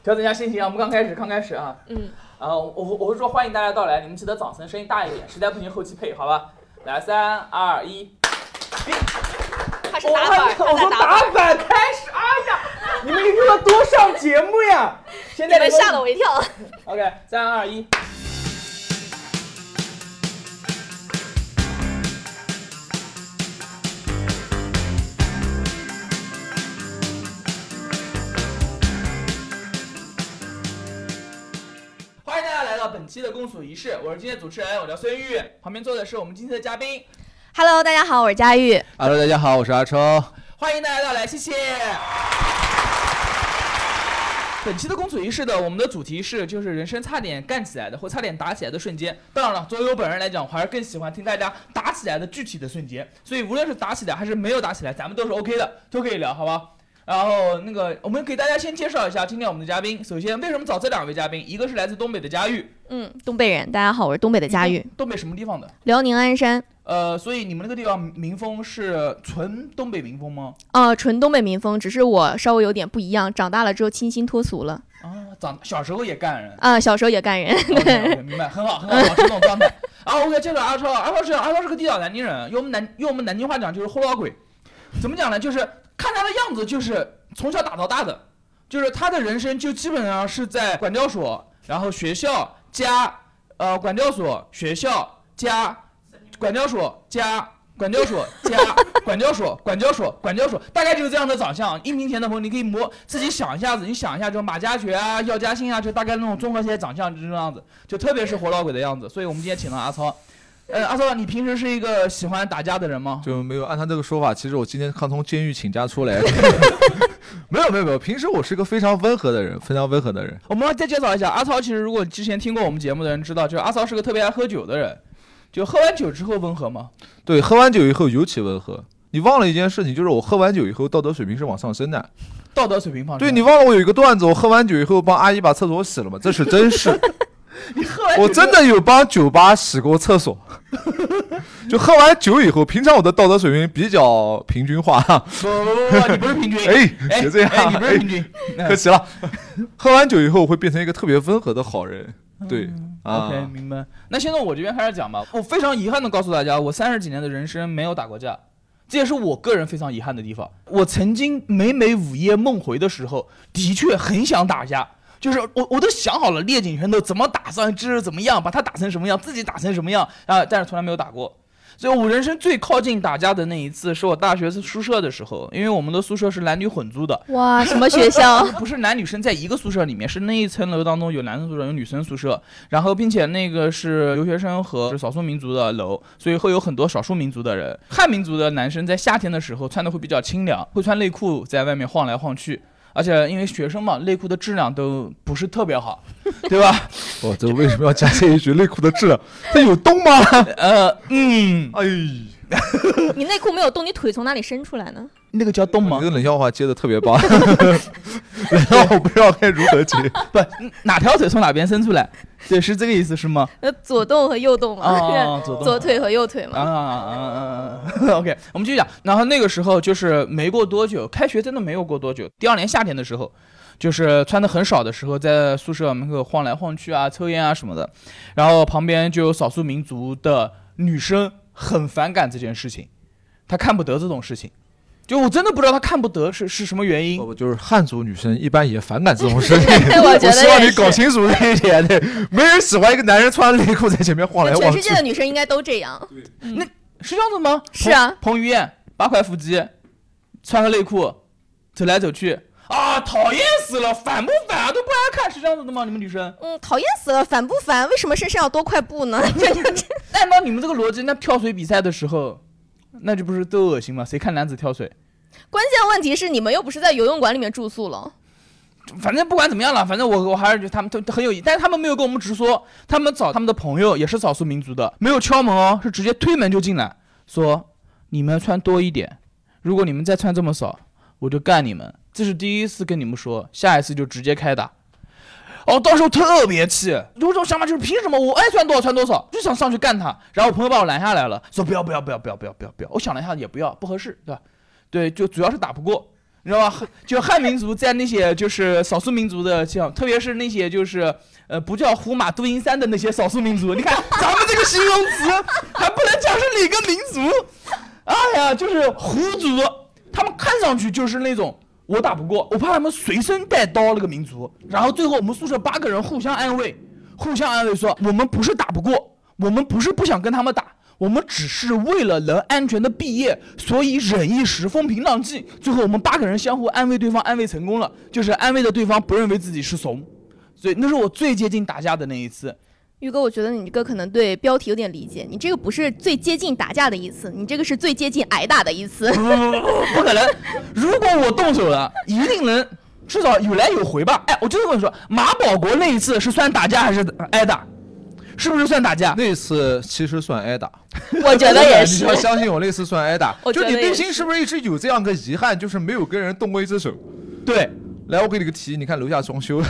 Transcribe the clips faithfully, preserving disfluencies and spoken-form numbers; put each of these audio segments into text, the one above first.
调整一下心情啊，我们刚开始，刚开始啊。 嗯。 啊，我我我会说欢迎大家到来，你们记得掌声声音大一点，实在不行后期配，好吧？来，三二一。 他是打板， 我说打板开始，哎呀，你们一定要多上节目呀！现在你们吓了我一跳。 OK， 三二一。欢迎大家来到本期的公署仪式，我是今天的主持人，我叫孙玉，旁边坐的是我们今天的嘉宾。 Hello， 大家好，我是佳玉。 Hello， 大家好，我是阿超。 欢迎大家到来，谢谢。本期的公署仪式的我们的主题是，就是人生差点干起来的或差点打起来的瞬间。当然了，作为我本人来讲，我还是更喜欢听大家打起来的具体的瞬间。所以无论是打起来还是没有打起来，咱们都是 OK 的，都可以聊，好吧？然后那个，我们给大家先介绍一下今天我们的嘉宾。首先，为什么找这两位嘉宾？一个是来自东北的佳玉， 嗯，东北人。大家好，我是东北的佳玉。 东北什么地方的？ 辽宁鞍山。 呃，所以你们那个地方民风是纯东北民风吗？ 呃，纯东北民风，只是我稍微有点不一样，长大了之后清新脱俗了。 啊，长小时候也干人啊、呃，小时候也干人。 对 okay, okay, 明白，很好，很好，保持这种状态。然后 OK， 介绍阿超，阿超是阿超是个地道南京人，用我们南用我们南京话讲就是后老鬼。怎么讲呢？就是看他的样子，就是从小打到大的，就是他的人生就基本上是在管教所，然后学校加呃管教所学校加管教所加管教所加管教所管教所管教所，大概就是这样的长相。音频前的朋友，你可以模自己想一下子，你想一下，就马加爵啊、药家鑫啊，就大概那种综合起来长相就是这样子，就特别是活老鬼的样子。所以我们今天请到阿超。呃，阿超，你平时是一个喜欢打架的人吗？ 就没有按他这个说法，其实我今天刚从监狱请假出来。没有没有没有，平时我是个非常温和的人，非常温和的人。 我们再介绍一下阿超，其实如果之前听过我们节目的人知道，就是阿超是个特别爱喝酒的人。就喝完酒之后温和吗？ 对，喝完酒以后尤其温和。你忘了一件事情，就是我喝完酒以后道德水平是往上升的。 道德水平放上。 对，你忘了我有一个段子，我喝完酒以后帮阿姨把厕所洗了吗？这是真事。 你喝完酒我真的有帮酒吧洗过厕所。就喝完酒以后，平常我的道德水平比较平均化。 不不不，你不是平均。 哎，别这样， 哎，你不是平均， 哎、客气了。喝完酒以后会变成一个特别温和的好人。对、 嗯啊、 ，OK， 明白。那现在我这边开始讲吧。我非常遗憾的告诉大家，我三十几年的人生没有打过架，这也是我个人非常遗憾的地方。我曾经每每午夜梦回的时候，的确很想打架。就是我我都想好了猎警拳头怎么打上一只怎么样，把他打成什么样，自己打成什么样啊，但是从来没有打过。所以我人生最靠近打架的那一次是我大学宿舍的时候，因为我们的宿舍是男女混租的。 哇，什么学校？ 不是男女生在一个宿舍里面，是那一层楼当中有男生宿舍有女生宿舍，然后并且那个是留学生和少数民族的楼，所以会有很多少数民族的人。汉民族的男生在夏天的时候穿的会比较清凉，会穿内裤在外面晃来晃去。而且因为学生嘛，内裤的质量都不是特别好，对吧？ 我这为什么要加这一句内裤的质量？它有洞吗？ 呃，嗯， 哎， 你内裤没有洞，你腿从哪里伸出来呢？ 那个叫洞吗？ 这个冷笑话接的特别棒，冷笑话我不知道该如何接。 不，哪条腿从哪边伸出来？对，是这个意思是吗？ 呃，左洞和右洞嘛， 哦、左, 左腿和右腿嘛。 啊啊啊啊 ！OK， 我们继续讲。然后那个时候就是没过多久，开学真的没有过多久。第二年夏天的时候，就是穿的很少的时候，在宿舍门口晃来晃去啊，抽烟啊什么的。然后旁边就有少数民族的女生很反感这件事情，她看不得这种事情。就我真的不知道他看不得是是什么原因。 不就是汉族女生一般也反感这种事情。 我, 觉得我希望你搞清楚这一点。对，没人喜欢一个男人穿内裤在前面晃来晃去。 全世界的女生应该都这样。 嗯、那是这样子吗？ 是啊。 彭于晏八块腹肌，穿个内裤走来走去啊，讨厌死了，烦不烦啊？都不爱看，是这样子的吗？你们女生？ 嗯，讨厌死了，烦不烦？为什么身上要多块布呢？ 按照你们这个逻辑，那跳水比赛的时候。那就不是都恶心吗？谁看男子跳水？ 关键问题是你们又不是在游泳馆里面住宿了。 反正不管怎么样了，反正我我还是觉得他们都很有意，但是他们没有跟我们直说，他们找他们的朋友也是少数民族的，没有敲门哦，是直接推门就进来，说你们穿多一点，如果你们再穿这么少，我就干你们。这是第一次跟你们说，下一次就直接开打。哦，到时候特别气，有这种想法就是凭什么我爱穿多少穿多少，就想上去干他。然后我朋友把我拦下来了，说不要不要不要不要不要不要不要。我想了一下也不要，不合适，对吧？对，就主要是打不过。 你知道吧？就汉民族在那些就是少数民族的，像特别是那些就是呃不叫胡马度阴山的那些少数民族，你看咱们这个形容词还不能讲是哪个民族？哎呀，就是胡族，他们看上去就是那种我打不过，我怕他们随身带刀那个民族。然后最后我们宿舍八个人互相安慰，互相安慰说我们不是打不过，我们不是不想跟他们打。我们只是为了能安全的毕业，所以忍一时风平浪静。最后我们八个人相互安慰对方，安慰成功了，就是安慰的对方不认为自己是怂。所以那是我最接近打架的那一次。 玉哥，我觉得你这个可能对标题有点理解，你这个不是最接近打架的一次，你这个是最接近挨打的一次。 不不不不，不可能！如果我动手了，一定能至少有来有回吧？哎，我就是跟你说，马保国那一次是算打架还是挨打？是不是算打架？ 那次其实算挨打， 我觉得也是。 你要相信我，那次算挨打。就你内心是是不是一直有这样个遗憾，就是没有跟人动过一只手？ 对， 来，我给你个题，你看楼下装修，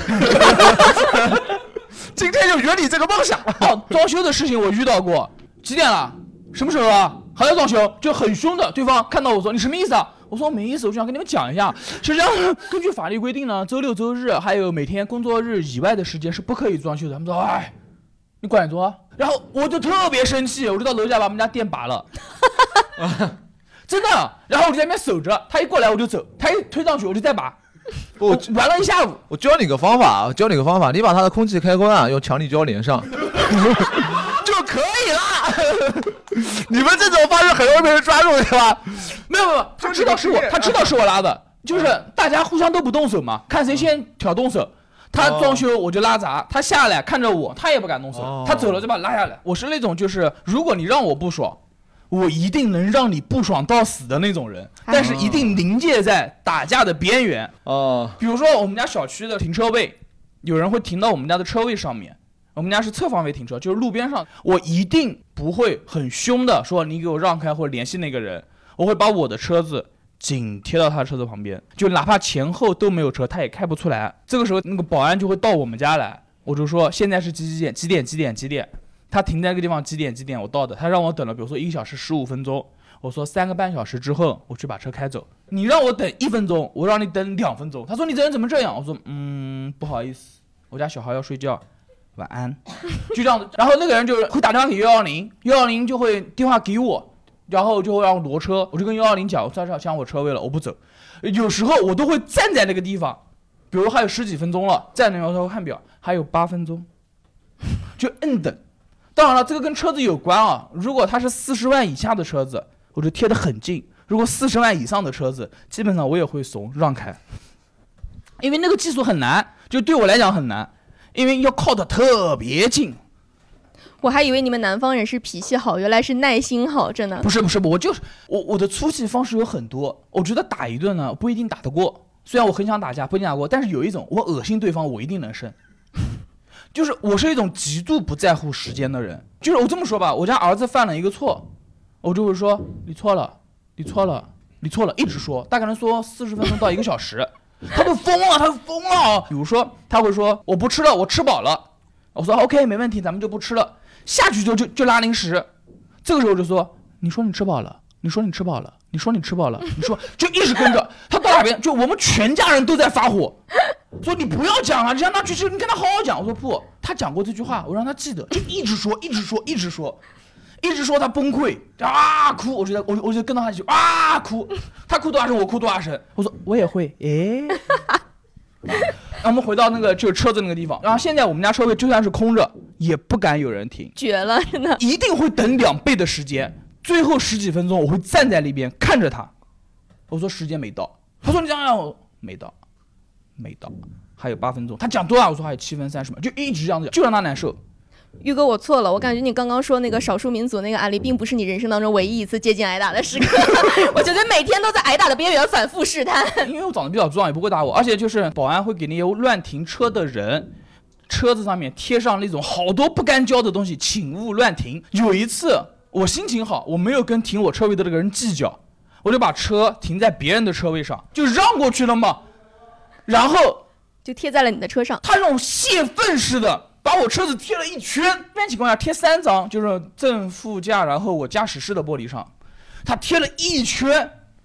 今天就圆你这个梦想。 哦，装修的事情我遇到过。几点了？什么时候啊？还要装修？就很凶的，对方看到我说你什么意思啊？我说没意思，我就想跟你们讲一下，实际上根据法律规定呢，周六周日还有每天工作日以外的时间是不可以装修的。他们说哎。你管着啊！然后我就特别生气，我就到楼下把我们家电拔了，真的。然后我就在那边守着，他一过来我就走，他一推上去我就再拔，我玩了一下午。 我教你个方法，我教你个方法，你把他的空气开关啊用强力胶连上， 就可以了。 你们这种方式很容易被人抓住，对吧？ 没有没有，他知道是我，他知道是我拉的，就是大家互相都不动手嘛，看谁先挑动手。他装修我就拉闸，他下来看着我，他也不敢动手，哦、他走了就把他拉下来。我是那种就是如果你让我不爽，我一定能让你不爽到死的那种人，但是一定临界在打架的边缘。 哦， 比如说我们家小区的停车位，有人会停到我们家的车位上面，我们家是侧方位停车，就是路边上，我一定不会很凶的说你给我让开或者联系那个人，我会把我的车子紧贴到他的车子旁边，就哪怕前后都没有车，他也开不出来。这个时候，那个保安就会到我们家来，我就说现在是几几点几点几点几点，他停在那个地方几点几点我到的，他让我等了，比如说一个小时十五分钟，我说三个半小时之后我去把车开走。你让我等一分钟，我让你等两分钟。他说你这人怎么这样？我说嗯不好意思，我家小孩要睡觉，晚安。就这样子，然后那个人就会打电话给幺幺零，幺幺零就会电话给我。然后就会让我挪车，我就跟幺幺零讲，我在这抢我车位了，我不走。有时候我都会站在那个地方，比如还有十几分钟了，站在那头看表，还有八分钟，就摁等。当然了，这个跟车子有关啊。如果它是四十万以下的车子，我就贴得很近；如果四十万以上的车子，基本上我也会怂让开，因为那个技术很难，就对我来讲很难，因为要靠得特别近。 我还以为你们南方人是脾气好，原来是耐心好，真的。 不是不是，我就是我我的出气方式有很多。我觉得打一顿呢不一定打得过，虽然我很想打架不一定打过，但是有一种我恶心对方我一定能胜。就是我是一种极度不在乎时间的人。就是我这么说吧，我家儿子犯了一个错，我就会说你错了，你错了，你错了，一直说，大概能说四十分钟到一个小时。他都疯了，他都疯了。比如说他会说我不吃了，我吃饱了。我说 OK 没问题，咱们就不吃了。下去就就就拉零食，这个时候就说，你说你吃饱了，你说你吃饱了，你说你吃饱了，你说就一直跟着他到哪边，就我们全家人都在发火，说你不要讲啊，你让他去吃，你跟他好好讲。我说不，他讲过这句话，我让他记得，就一直说，一直说，一直说，一直说他崩溃啊哭，我觉得我我就跟到他一起啊哭，他哭多大声我哭多大声，我说我也会，诶。然后我们回到那个就是车子那个地方，然后现在我们家车位就算是空着，也不敢有人停， 绝了，真的， 一定会等两倍的时间。最后十几分钟，我会站在那边看着他，我说时间没到，他说你这样，我没到，没到，还有八分钟。他讲多少？我说还有七分三十秒，就一直这样子，就让他难受。 玉哥，我错了，我感觉你刚刚说那个少数民族那个案例，并不是你人生当中唯一一次接近挨打的时刻。我觉得每天都在挨打的边缘反复试探。 因为我长得比较壮，也不会打我，而且就是保安会给那些乱停车的人，车子上面贴上那种好多不干胶的东西，请勿乱停。有一次我心情好，我没有跟停我车位的那个人计较，我就把车停在别人的车位上，就让过去了嘛，然后就贴在了你的车上。 他让我泄愤似的。把我车子贴了一圈，一般情况下贴三张，就是正副驾，然后我驾驶室的玻璃上，他贴了一圈，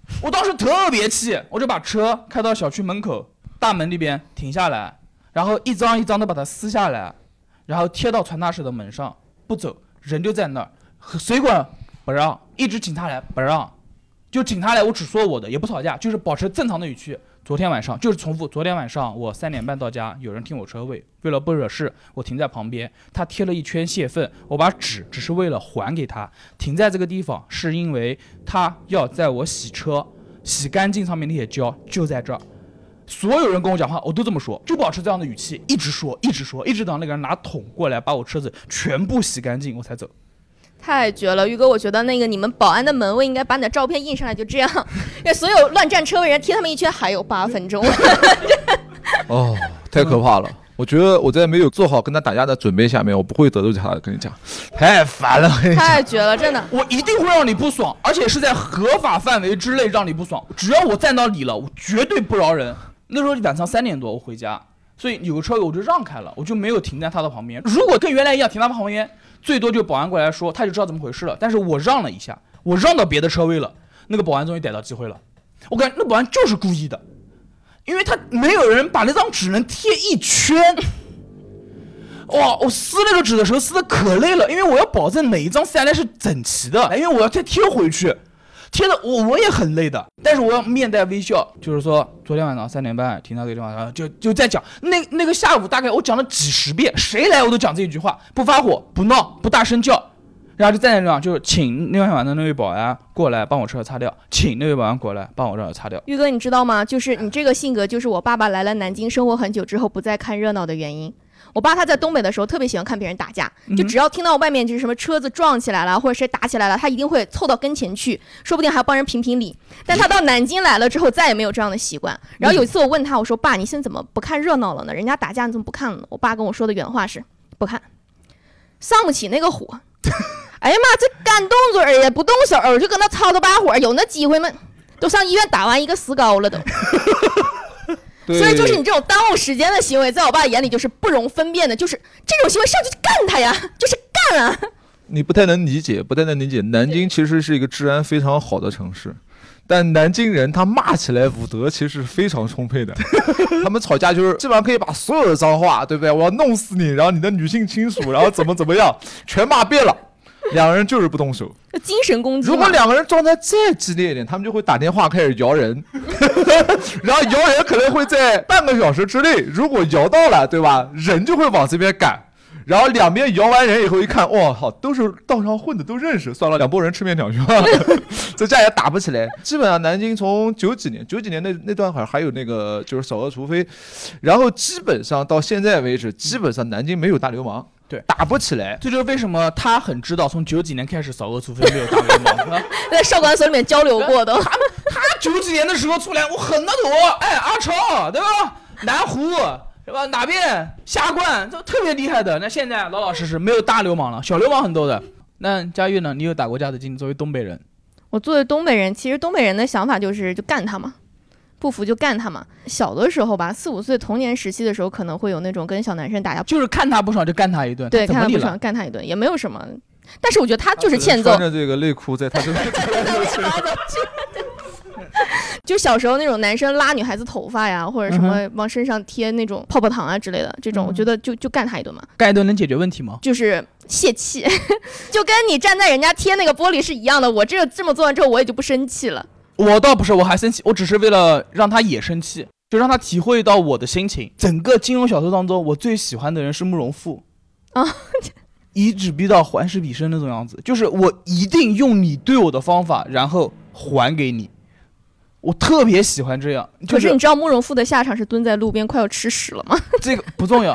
我当时特别气，我就把车开到小区门口大门那边停下来，然后一张一张的把它撕下来，然后贴到传达室的门上，不走，人就在那儿，水管不让，一直警察来不让，就警察来我只说我的，也不吵架，就是保持正常的语气。昨天晚上就是重复，昨天晚上我三点半到家，有人停我车位，为了不惹事，我停在旁边，他贴了一圈泄愤，我把纸只是为了还给他，停在这个地方是因为他要在我洗车洗干净上面那些胶就在这儿。所有人跟我讲话我都这么说，就保持这样的语气，一直说一直说，一直等那个人拿桶过来把我车子全部洗干净我才走。 太绝了，玉哥！我觉得那个你们保安的门卫应该把你的照片印上来，就这样，因为所有乱占车位人贴他们一圈，还有八分钟。 哦，太可怕了！我觉得我在没有做好跟他打架的准备下面，我不会得罪他的。跟你讲，太烦了， 太绝了，真的！ 我一定会让你不爽，而且是在合法范围之内让你不爽。只要我站到理了，我绝对不饶人。那时候晚上三点多我回家，所以有个车位我就让开了，我就没有停在他的旁边。如果跟原来一样停他旁边，最多就保安过来说他就知道怎么回事了。但是我让了一下，我让到别的车位了，那个保安终于逮到机会了。我感觉那保安就是故意的，因为他没有人把那张纸能贴一圈。哇，我撕那个纸的时候撕的可累了，因为我要保证每一张撕下来是整齐的，因为我要再贴回去。贴的我我也很累的，但是我要面带微笑，就是说昨天晚上三点半停到这个地方，就就在讲那那个下午大概我讲了几十遍，谁来我都讲这一句话，不发火不闹不大声叫，然后就站在那上，就是请那天晚上那位保安过来帮我车擦掉，请那位保安过来帮我车擦掉。 玉哥你知道吗？就是你这个性格就是我爸爸来了南京生活很久之后不再看热闹的原因。我爸他在东北的时候特别喜欢看别人打架，就只要听到外面就是什么车子撞起来了或者谁打起来了，他一定会凑到跟前去，说不定还要帮人评评理。但他到南京来了之后再也没有这样的习惯。然后有一次我问他，我说爸你现在怎么不看热闹了呢？人家打架你怎么不看了呢？我爸跟我说的原话是不看，上不起那个火。哎呀妈，这干动嘴也不动手，就跟他操着把火，有那机会吗？都上医院打完一个石膏了都。所以就是你这种耽误时间的行为，在我爸眼里就是不容分辨的，就是这种行为上去就干他呀，就是干啊。 你不太能理解，不太能理解，南京其实是一个治安非常好的城市，但南京人他骂起来武德其实是非常充沛的。他们吵架就是基本上可以把所有的脏话，对不对？我要弄死你，然后你的女性亲属，然后怎么怎么样，全骂遍了。两个人就是不动手， 精神攻击。 如果两个人状态再激烈一点，他们就会打电话开始摇人，然后摇人可能会在半个小时之内，如果摇到了，对吧？人就会往这边赶，然后两边摇完人以后一看，哇，好，都是道上混的，都认识，算了，两拨人吃面两句话，这架也打不起来。基本上南京从九几年，九几年那那段好像还有那个就是扫恶除非，然后基本上到现在为止，基本上南京没有大流氓。 对， 打不起来， 这就是为什么他很知道从九几年开始扫恶除非没有大流氓。 在少管所里面交流过的。 他他九几年的时候出来，我很得多，哎，阿超对吧？南湖是吧？哪边下关都特别厉害的。那现在老老实实没有大流氓了，小流氓很多的。那佳玉呢？你有打过架的经历？作为东北人， 我作为东北人，其实东北人的想法就是就干他嘛。不服就干他嘛。小的时候吧，四五岁童年时期的时候，可能会有那种跟小男生打架， 就是看他不爽就干他一顿。 对，看他不爽干他一顿，也没有什么。但是我觉得他就是欠揍。 穿着这个内裤在他这边就小时候那种男生拉女孩子头发呀，或者什么往身上贴那种泡泡糖啊之类的，这种我觉得就就干他一顿嘛。 干一顿能解决问题吗？ 就是泄气，就跟你站在人家贴那个玻璃是一样的。我这这么做完之后，我也就不生气了。 我倒不是，我还生气，我只是为了让他也生气，就让他体会到我的心情。整个金庸小说当中，我最喜欢的人是慕容复啊， 以指逼到还施彼身那种样子，就是我一定用你对我的方法，然后还给你。我特别喜欢这样。就是、 可是你知道慕容复的下场是蹲在路边快要吃屎了吗？ 这个不重要。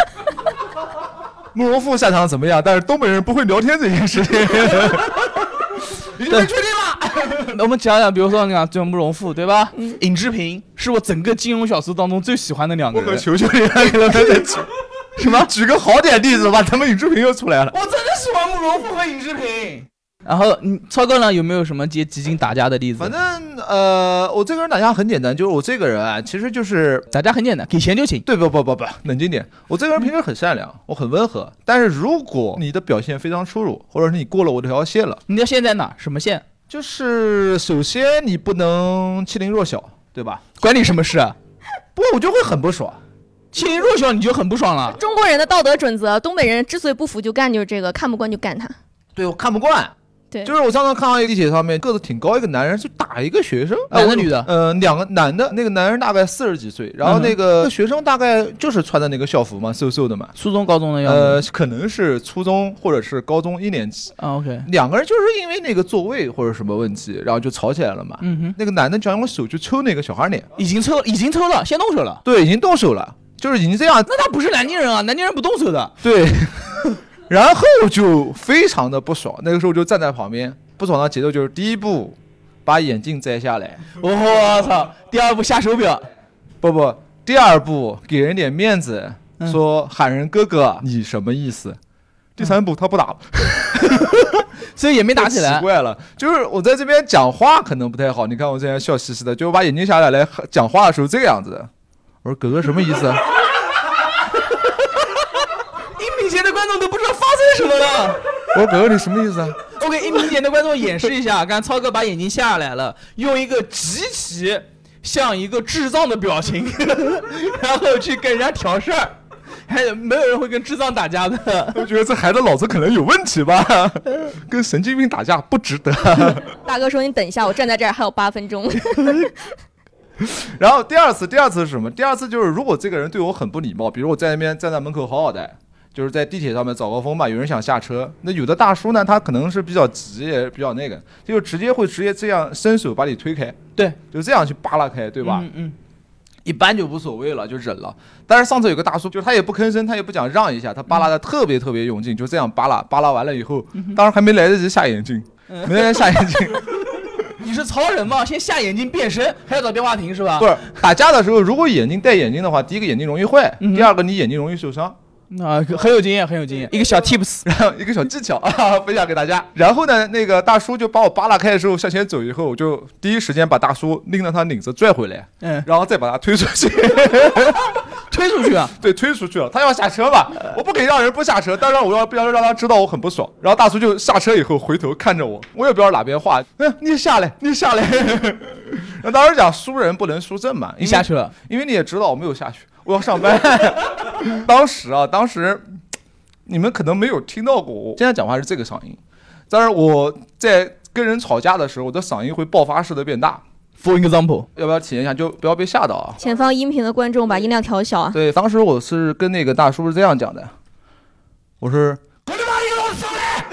慕容复下场怎么样？但是东北人不会聊天这件事情。 你就没确定了。我们讲讲，比如说那个这种慕容复，对吧？嗯、尹志平是我整个金庸小说当中最喜欢的两个人。 我求求你了，什么？举个好点例子吧，咱们尹志平又出来了。 我真的喜欢慕容复和尹志平。然后你超哥呢，有没有什么接激进打架的例子？ 反正呃，我这个人打架很简单，就是我这个人啊，其实就是打架很简单，给钱就行。 对，不不不不，冷静点。我这个人平时很善良，我很温和，但是如果你的表现非常出入，或者是你过了我这条线了， 你的线在哪？什么线？ 就是首先你不能欺凌弱小，对吧？ 关你什么事啊？ 不过我就会很不爽。 欺凌弱小你就很不爽了。 中国人的道德准则，东北人之所以不服就干，就是这个，看不惯就干他。 对，我看不惯。 对， 就是我上次看到一个地铁上面个子挺高一个男人去打一个学生， 男的女的？ 呃，两个男的，那个男人大概四十几岁，然后那个学生大概就是穿的那个校服嘛，瘦瘦的嘛， 初中高中的样子。 呃，可能是初中或者是高中一年级。 啊 ，OK。 两个人就是因为那个座位或者什么问题，然后就吵起来了嘛。 嗯哼。 那个男的就用手去抽那个小孩脸， 已经抽，已经抽了，先动手了。 对，已经动手了，就是已经这样。 那他不是南京人啊，南京人不动手的。 对。然后就非常的不爽，那个时候就站在旁边。不爽的节奏就是第一步，把眼镜摘下来。 我操！第二步下手表。 不不，第二步给人点面子，嗯、说喊人哥哥，你什么意思？第三步他不打了， 所以也没打起来。 奇怪了，就是我在这边讲话可能不太好，你看我这边笑嘻嘻的，就把眼镜下来来讲话的时候这个样子的。我说哥哥什么意思？ 一米前的观众都不知道发生什么了。 我说哥哥你什么意思啊？ 我给一米前的观众演示一下，刚才超哥把眼睛下来了，用一个极其像一个智障的表情，然后去跟人家挑事儿，还有没有人会跟智障打架的？ 我觉得这孩子脑子可能有问题吧，跟神经病打架不值得。 大哥说你等一下，我站在这儿还有八分钟。 然后第二次，第二次是什么？第二次就是如果这个人对我很不礼貌，比如我在那边站在门口好好的。就是在地铁上面早高峰嘛，有人想下车，那有的大叔呢，他可能是比较急，也比较那个，就直接会直接这样伸手把你推开， 对， 就这样去扒拉开，对吧？ 嗯嗯。 一般就无所谓了，就忍了。但是上次有个大叔，就是他也不吭声，他也不想让一下，他扒拉的特别特别用劲，就这样扒拉，扒拉完了以后，当时还没来得及下眼镜，没来得及下眼镜。 你是超人吗？先下眼镜变身，还要找电话亭是吧？ 不是，打架的时候，如果眼镜戴眼镜的话，第一个眼镜容易坏，嗯、第二个你眼睛容易受伤。 啊，很有经验，很有经验。一个小 tips， 然后一个小技巧啊，分享给大家。然后呢，那个大叔就把我扒拉开的时候向前走以后，我就第一时间把大叔拎着他领子拽回来，嗯，然后再把他推出去。 推出去啊？ 对，推出去了。他要下车嘛，我不可以让人不下车，但是我要不要让他知道我很不爽。然后大叔就下车以后回头看着我，我也不知道哪边话，嗯，你下来，你下来。然后当时讲输人不能输阵嘛， 你下去了， 因为你也知道我没有下去。我要上班。当时啊，当时你们可能没有听到过我现在讲话是这个嗓音，但是我在跟人吵架的时候，我的嗓音会爆发式的变大。 For example， 要不要体验一下？就不要被吓到啊！ 前方音频的观众把音量调小啊。 对，当时我是跟那个大叔是这样讲的，我是我他妈一个老上来，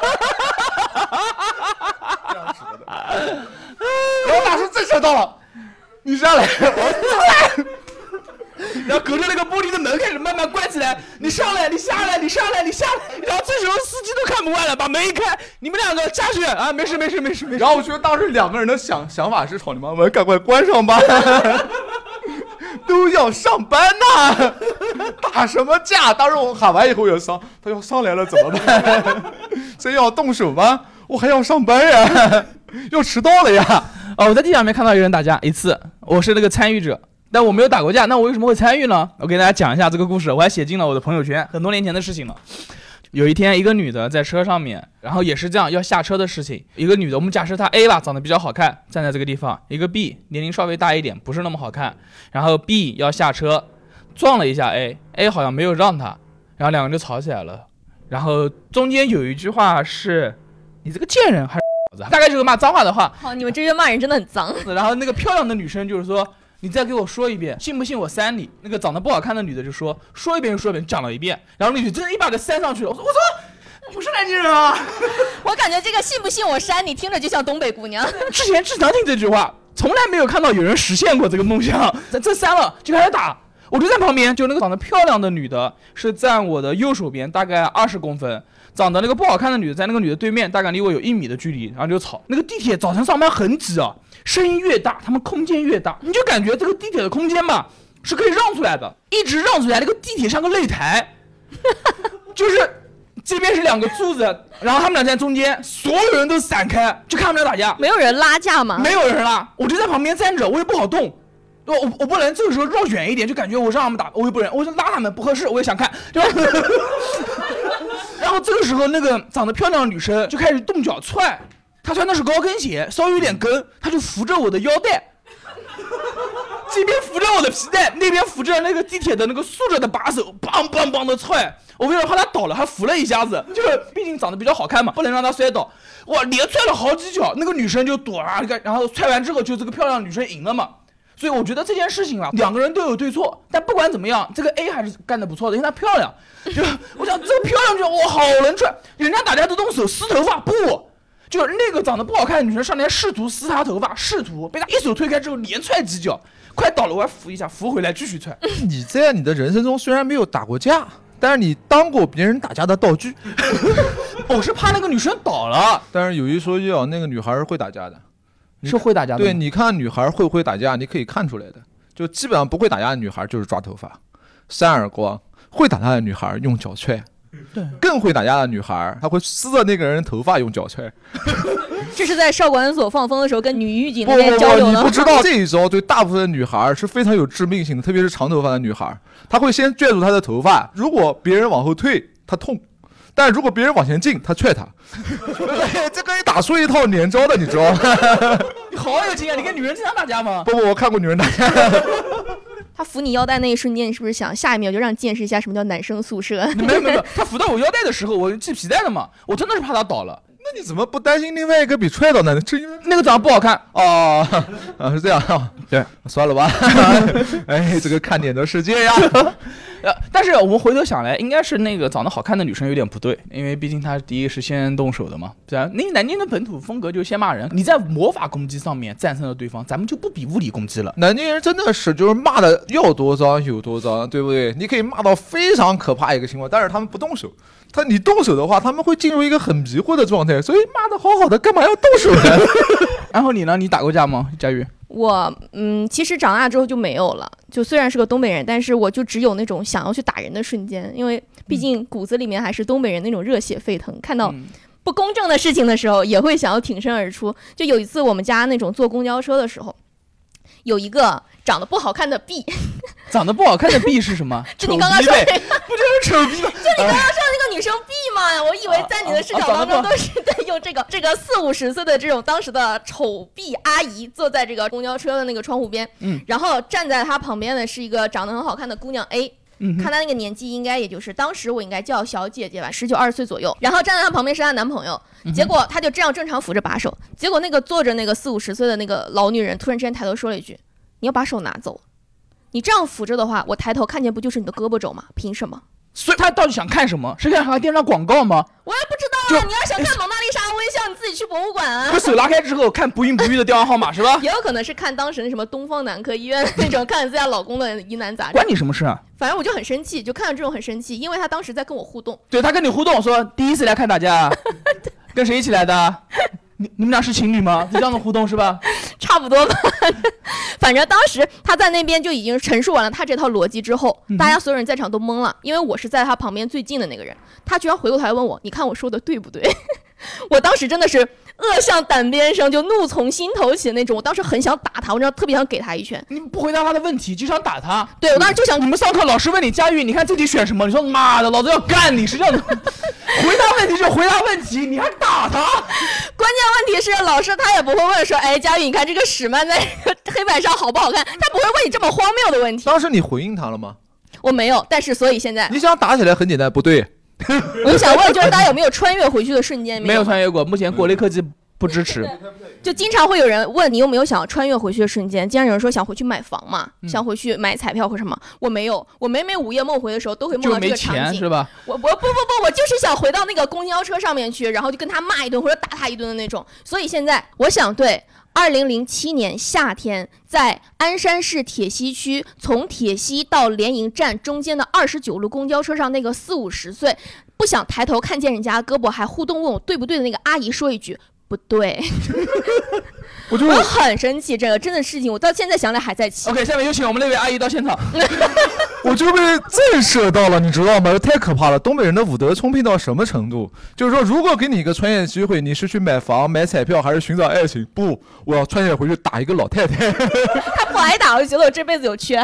这样指的。然后大叔这时到了，你下来，我上来。 然后隔着那个玻璃的门开始慢慢关起来，你上来，你下来，你上来，你下来。然后这时候司机都看不惯了，把门一开，你们两个下去啊，没事没事没事没事。 然后我觉得当时两个人的想想法是：操你妈，我赶快关上吧，都要上班呐，打什么架？当时我喊完以后也上，他要上来了怎么办？真要动手吗？我还要上班呀，要迟到了呀。 哦，我在地上面看到有人打架一次，我是那个参与者。但我没有打过架，那我为什么会参与呢？我给大家讲一下这个故事，我还写进了我的朋友圈，很多年前的事情了。有一天，一个女的在车上面，然后也是这样要下车的事情。一个女的，我们假设她 A 吧，长得比较好看，站在这个地方；一个 B 年龄稍微大一点，不是那么好看。然后 B 要下车，撞了一下 A，A 好像没有让她，然后两个人就吵起来了。然后中间有一句话是：“你这个贱人还是婊子”，大概就是骂脏话的话。 好，你们这些骂人真的很脏。 然后那个漂亮的女生就是说。你再给我说一遍，信不信我扇你？那个长得不好看的女的就说，说一遍就说一遍，讲了一遍，然后那女的真的一把给扇上去了。我说，我说，不是南京人啊！ 我感觉这个信不信我扇你，听着就像东北姑娘。 之前经常听这句话，从来没有看到有人实现过这个梦想。这扇了就开始打，我就在旁边，就那个长得漂亮的女的是站我的右手边，大概二十公分。长得那个不好看的女的在那个女的对面，大概离我有一米的距离，然后就吵。那个地铁早晨上班很挤啊，声音越大，他们空间越大，你就感觉这个地铁的空间嘛是可以让出来的，一直让出来。那个地铁像个擂台，就是这边是两个柱子，然后他们俩在中间，所有人都散开，就看他们俩打架。 没有人拉架吗？ 没有人拉，我就在旁边站着，我也不好动。我我我不能这个时候绕远一点，就感觉我让他们打，我也不能，我就拉他们不合适，我也想看，对吧？然后这个时候，那个长得漂亮的女生就开始动脚踹， 他穿的是高跟鞋，稍微有点跟，他就扶着我的腰带，这边扶着我的皮带，那边扶着那个地铁的那个竖着的把手，梆梆梆的踹。我为了怕他倒了，还扶了一下子，就是毕竟长得比较好看嘛，不能让他摔倒。哇，连踹了好几脚，那个女生就躲啊，然后踹完之后就这个漂亮女生赢了嘛。所以我觉得这件事情啊，两个人都有对错，但不管怎么样，这个 A 还是干得不错的，因为她漂亮。就我想这个漂亮就哇好能踹，人家大家都动手撕头发，不，就是那个长得不好看的女生上来试图撕她头发，试图被她一手推开之后连踹几脚，快倒了我还扶一下，扶回来继续踹。 你在你的人生中虽然没有打过架，但是你当过别人打架的道具。 我是怕那个女生倒了， 但是有一说一啊，那个女孩是会打架的。 是会打架的。 对，你看女孩会不会打架，你可以看出来的。就基本上不会打架的女孩就是抓头发、扇耳光；会打架的女孩用脚踹。对，更会打架的女孩，她会撕着那个人头发用脚踹。 这是在少管所放风的时候跟女狱警那边交流的。 不不不，你不知道这一招对大部分的女孩是非常有致命性的，特别是长头发的女孩，她会先拽住她的头发，如果别人往后退，她痛。但如果别人往前进，他踹他，这可以打出一套连招的，你知道吗？ 你好有经验，你跟女人经常打架吗？ 不不，我看过女人打架。 他扶你腰带那一瞬间，你是不是想下一秒就让见识一下什么叫男生宿舍？ 没有没有，他扶到我腰带的时候，我系皮带了嘛，我真的是怕他倒了。 那你怎么不担心另外一个比踹倒呢？这那个长得不好看哦，啊是这样啊，对，算了吧。哎，这个看脸的世界呀。 呃，但是我们回头想来，应该是那个长得好看的女生有点不对，因为毕竟她第一是先动手的嘛，对啊。那南京的本土风格就是先骂人，你在魔法攻击上面战胜了对方，咱们就不比物理攻击了。 南京人真的是就是骂的要多脏有多脏，对不对？你可以骂到非常可怕一个情况，但是他们不动手。他你动手的话，他们会进入一个很迷惑的状态，所以骂的好好的，干嘛要动手呢？ 然后你呢？你打过架吗，佳玉？ 我嗯，其实长大之后就没有了。就虽然是个东北人，但是我就只有那种想要去打人的瞬间，因为毕竟骨子里面还是东北人那种热血沸腾，看到不公正的事情的时候，也会想要挺身而出。就有一次我们家那种坐公交车的时候，有一个长得不好看的 B， 长得不好看的 B 是什么？ 就你刚刚说的， 不就是丑 B 吗？ 就你刚刚说的那个女生 B 嘛，我以为在你的视角当中都是在用这个这个四五十岁的这种当时的丑 B 阿姨坐在这个公交车的那个窗户边，嗯，然后站在她旁边的是一个长得很好看的姑娘 A。嗯、看她那个年纪，应该也就是当时我应该叫小姐姐吧，十九二十岁左右。然后站在她旁边是她男朋友，结果她就这样正常扶着把手，结果那个坐着那个四五十岁的那个老女人突然之间抬头说了一句：“你要把手拿走。”你这样扶着的话，我抬头看见不就是你的胳膊肘吗？凭什么？ 所以他到底想看什么？是看电视上广告吗？ 我也不知道啊！你要想看蒙娜丽莎微笑，你自己去博物馆啊。 把手拉开之后看不孕不育的电话号码是吧？ 也有可能是看当时那什么东方男科医院那种看自家老公的疑难杂症。 关你什么事啊？ 反正我就很生气，就看到这种很生气，因为他当时在跟我互动。 对，他跟你互动说第一次来看打架，跟谁一起来的？你你们俩是情侣吗？这样的互动是吧？ 差不多吧。反正当时他在那边就已经陈述完了他这套逻辑之后，大家所有人在场都懵了，因为我是在他旁边最近的那个人，他居然回过头来问我：“你看我说的对不对？”我当时真的是恶向胆边生，就怒从心头起的那种。我当时很想打他，我真的特别想给他一拳。 你不回答他的问题就想打他？ 对，我当时就想， 你们上课老师问你佳玉，你看这题选什么？你说妈的，老子要干你！是这样的，回答问题就回答问题，你还打他？ 关键问题是，老师他也不会问说，哎，佳玉，你看这个屎漫在黑板上好不好看？他不会问你这么荒谬的问题。 当时你回应他了吗？ 我没有，但是所以现在你想打起来很简单，不对。 我就想问，就是大家有没有穿越回去的瞬间？ 没有穿越过，目前国内科技不支持。 就经常会有人问你有没有想穿越回去的瞬间，经常有人说想回去买房嘛，嗯、想回去买彩票或什么。我没有，我每每午夜梦回的时候都会梦到这个场景， 就没钱是吧？ 我我不不不，我就是想回到那个公交车上面去，然后就跟他骂一顿或者打他一顿的那种。所以现在我想对。二零零七年夏天，在鞍山市铁西区从铁西到连营站中间的二十九路公交车上，那个四五十岁不想抬头看见人家胳膊还互动问我对不对的那个阿姨说一句不对。我就我很生气，这个真的事情我到现在想来还在气。 OK， 下面有请我们那位阿姨到现场。 我就被震慑到了，你知道吗？太可怕了！东北人的武德充沛到什么程度？就是说，如果给你一个穿越机会，你是去买房、买彩票，还是寻找爱情？不，我要穿越回去打一个老太太。 他不挨打，我就觉得我这辈子有缺憾。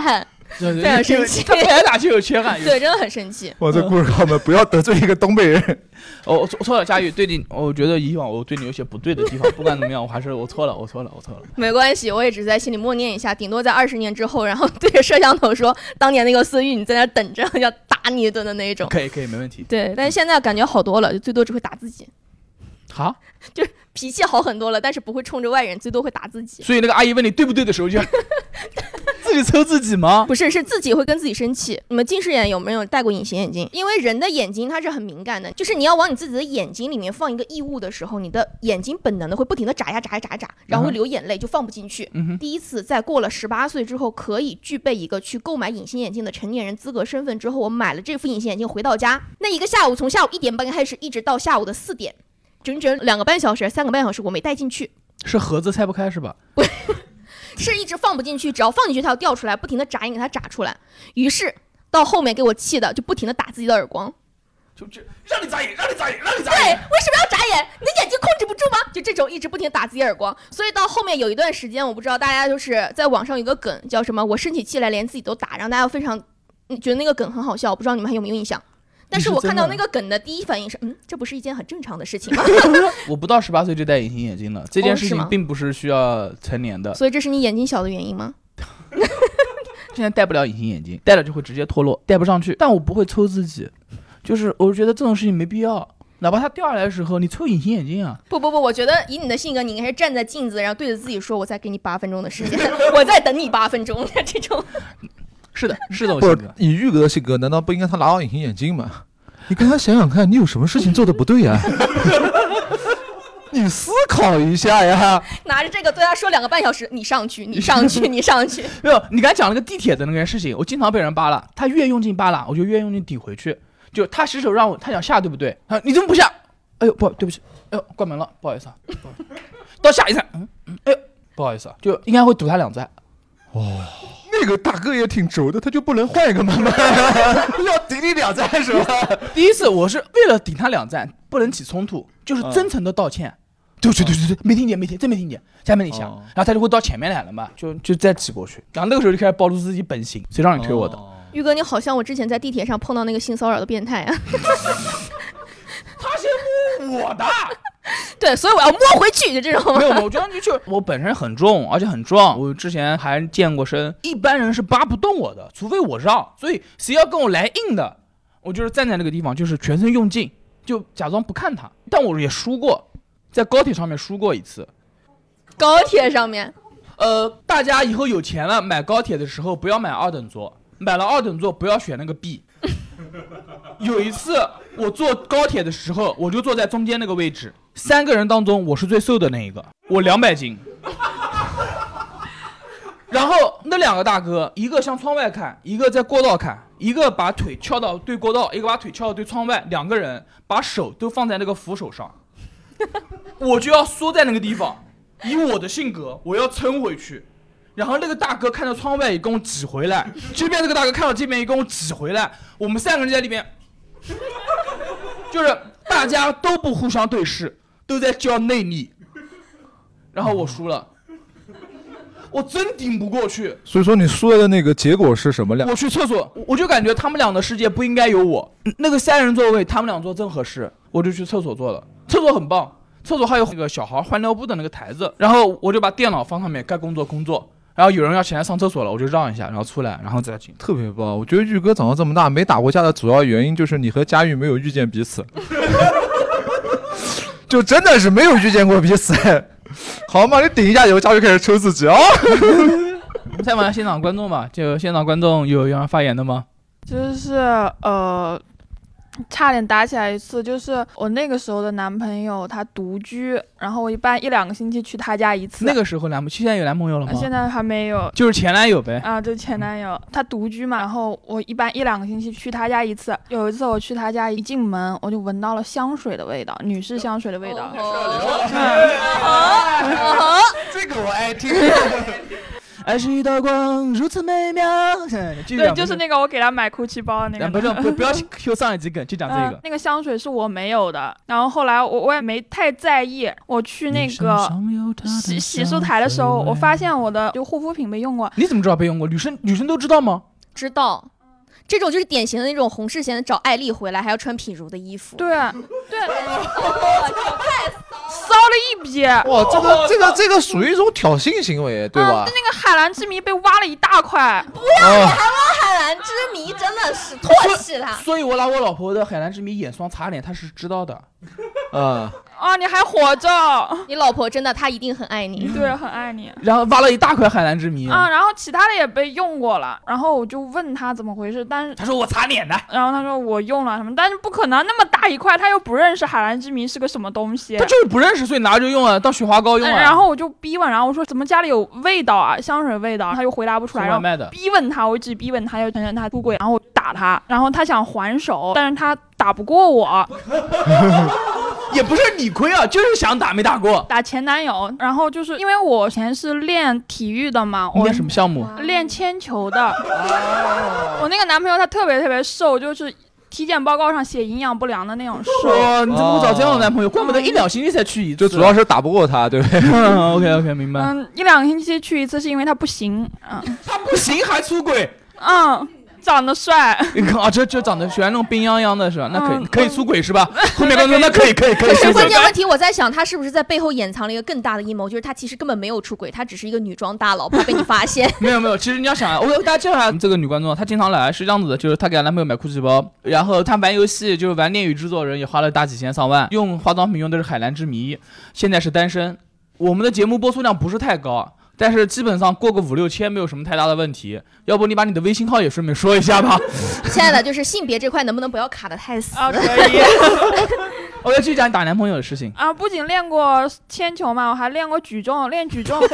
非常生气。 他拍打就有缺憾， 对，真的很生气。 我这故事告诉我们不要得罪一个东北人。 哦，我错了，佳宇，对你，我觉得以往我对你有些不对的地方，不管怎么样，我还是我错了，我错了，我错了。 没关系，我也只是在心里默念一下，顶多在二十年之后，然后对着摄像头说，当年那个孙玉你在那等着，要打你一顿的那一种。 可以，可以，没问题。 对，但是现在感觉好多了，就最多只会打自己。 好， 就是脾气好很多了，但是不会冲着外人，最多会打自己。 所以那个阿姨问你对不对的时候就自己抽自己吗？ 不是，是自己会跟自己生气。你们近视眼有没有戴过隐形眼镜？因为人的眼睛它是很敏感的，就是你要往你自己的眼睛里面放一个异物的时候，你的眼睛本能的会不停的眨呀眨呀眨呀眨，然后会流眼泪，就放不进去。 嗯、 第一次在过了十八岁之后，可以具备一个去购买隐形眼镜的成年人资格身份之后，我买了这副隐形眼镜回到家，那一个下午从下午一点半开始，一直到下午的四点。整整两个半小时三个半小时我没带进去。 是盒子拆不开是吧？ 不是一直放不进去，只要放进去它要掉出来，不停的眨眼给它眨出来。于是到后面给我气的就不停的打自己的耳光， 就这让你眨眼让你眨眼让你眨眼， 对，为什么要眨眼？你的眼睛控制不住吗？就这种一直不停的打自己耳光。所以到后面有一段时间，我不知道大家就是在网上有个梗叫什么我生起气来连自己都打，让大家非常觉得那个梗很好笑，我不知道你们还有没有印象。但是我看到那个梗的第一反应是，嗯，这不是一件很正常的事情吗？ 我不到十八岁就戴隐形眼镜了，这件事情并不是需要成年的。 所以这是你眼睛小的原因吗？ 现在戴不了隐形眼镜，戴了就会直接脱落，戴不上去。但我不会抽自己，就是我觉得这种事情没必要。哪怕它掉下来的时候，你抽隐形眼镜啊？ 不不不，我觉得以你的性格，你应该是站在镜子，然后对着自己说：“我再给你八分钟的时间，我再等你八分钟。”这种。 是的，是的，我性格。 以玉哥的性格，难道不应该他拿好隐形眼镜吗？你跟他想想看，你有什么事情做的不对呀？你思考一下呀。 拿着这个对他说两个半小时，你上去，你上去，你上去。 没有，你刚才讲那个地铁的那件事情，我经常被人扒拉，他越用劲扒拉，我就越用劲抵回去。就他洗手让我，他想下，对不对？他你怎么不下？哎呦，不，对不起，哎呦，关门了，不好意思啊。到下一站，嗯嗯，哎呦，不好意思啊，就应该会堵他两站。 哦。那个大哥也挺轴的，他就不能换一个妈妈，要顶你两站是吧？ 第一次我是为了顶他两站，不能起冲突，就是真诚的道歉。嗯、对对对对对，没听见没听，真没听见，下面你想，哦、然后他就会到前面来了嘛，就就再挤过去。然后那个时候就开始暴露自己本性，谁让你推我的？哦、 玉哥，你好像我之前在地铁上碰到那个性骚扰的变态啊。 他先摸我的。 对，所以我要摸回去，就这种。 没有，我觉得就我本身很重，而且很壮。我之前还健过身，一般人是扒不动我的，除非我让。所以谁要跟我来硬的，我就是站在那个地方，就是全身用劲，就假装不看他。但我也输过，在高铁上面输过一次。 高铁上面？ 呃，大家以后有钱了，买高铁的时候不要买二等座，买了二等座不要选那个 B。有一次我坐高铁的时候，我就坐在中间那个位置，三个人当中我是最瘦的那一个，我两百斤。然后那两个大哥，一个向窗外看，一个在过道看，一个把腿翘到对过道，一个把腿翘到对窗外，两个人把手都放在那个扶手上，我就要缩在那个地方，以我的性格我要撑回去。然后那个大哥看到窗外也跟我挤回来，这边那个大哥看到这边也跟我挤回来，我们三个人在里面，就是大家都不互相对视，都在教内力。然后我输了，我真顶不过去。 所以说你输了的那个结果是什么？ 我去厕所，我就感觉他们俩的世界不应该有我。那个三人座位，他们俩坐正合适，我就去厕所坐了。厕所很棒，厕所还有那个小孩换尿布的那个台子，然后我就把电脑放上面，该工作工作。然后有人要起来上厕所了，我就让一下，然后出来，然后再进。 特别棒！我觉得玉哥长到这么大没打过架的主要原因就是你和佳玉没有遇见彼此，就真的是没有遇见过彼此。好嘛，你顶一下以后，佳玉开始抽自己啊！ 采访现场观众吧，就现场观众有有人发言的吗？ 就是呃。差点打起来一次，就是我那个时候的男朋友他独居，然后我一般一两个星期去他家一次。 那个时候男朋友现在有男朋友了吗？ 现在还没有， 就是前男友呗。 啊，就是前男友，他独居嘛，然后我一般一两个星期去他家一次。有一次我去他家，一进门我就闻到了香水的味道，女士香水的味道。 这个我爱听。 爱是一道光，如此美妙。 对，就是那个我给他买 Gucci 包那个。 不是，不不要 Q 上一集梗，就讲这个、 嗯。那个香水是我没有的，然后后来我我也没太在意。我去那个洗洗漱台的时候，我发现我的就护肤品被用过。 你怎么知道被用过？女生女生都知道吗？ 知道。这种就是典型的那种洪世贤找艾丽回来还要穿品如的衣服， 对对， 太骚了一逼。 哇，这个这个这个属于一种挑衅行为，对吧？ 嗯、那个海蓝之谜被挖了一大块， 不要你还挖海蓝之谜，真的是唾弃他。 所以我拿我老婆的海蓝之谜眼霜擦脸，她是知道的。 嗯。 啊，你还活着！ 你老婆真的，她一定很爱你， 对，很爱你。 然后挖了一大块海蓝之谜啊，然后其他的也被用过了，然后我就问他怎么回事，但是他说我擦脸的， 然后他说我用了什么，但是不可能那么大一块，他又不认识海蓝之谜是个什么东西， 他就是不认识，所以拿着用啊，当雪花膏用啊。 然后我就逼问，然后我说怎么家里有味道啊，香水味道，他又回答不出来，然后逼问他，我一直逼问他，又承认他出轨，然后我打他，然后他想还手，但是他打不过我。 也不是你亏啊，就是想打没打过。 打前男友，然后就是因为我以前是练体育的嘛， 你练什么项目？ 练铅球的。哦、我那个男朋友他特别特别瘦，就是体检报告上写营养不良的那种瘦。 哇，你怎么会找这样的男朋友？怪不得一两星期才去一次。 就主要是打不过他，对不对 ？OK OK， 明白。 嗯，一两个星期去一次是因为他不行。嗯， 他不行还出轨？ 嗯。长得帅， 你看啊，这这长得喜欢那种冰泱泱的是吧？那可以、嗯、可以出轨是吧？后面刚说那可以可以可以。 可是关键问题，我在想他是不是在背后掩藏了一个更大的阴谋，就是他其实根本没有出轨，他只是一个女装大佬，怕被你发现。 没有没有，其实你要想，我给大家介绍一下这个女观众，她经常来是这样子的，就是她给她男朋友买 GUCCI 包，然后她玩游戏就是玩恋与制作人也花了大几千上万，用化妆品用的是海蓝之谜，现在是单身。我们的节目播出量不是太高。但是基本上过个五六千没有什么太大的问题，要不你把你的微信号也顺便说一下吧。 亲爱的，就是性别这块能不能不要卡得太死啊？可以。 我要继续讲你打男朋友的事情啊！不仅练过铅球嘛，我还练过举重，练举重。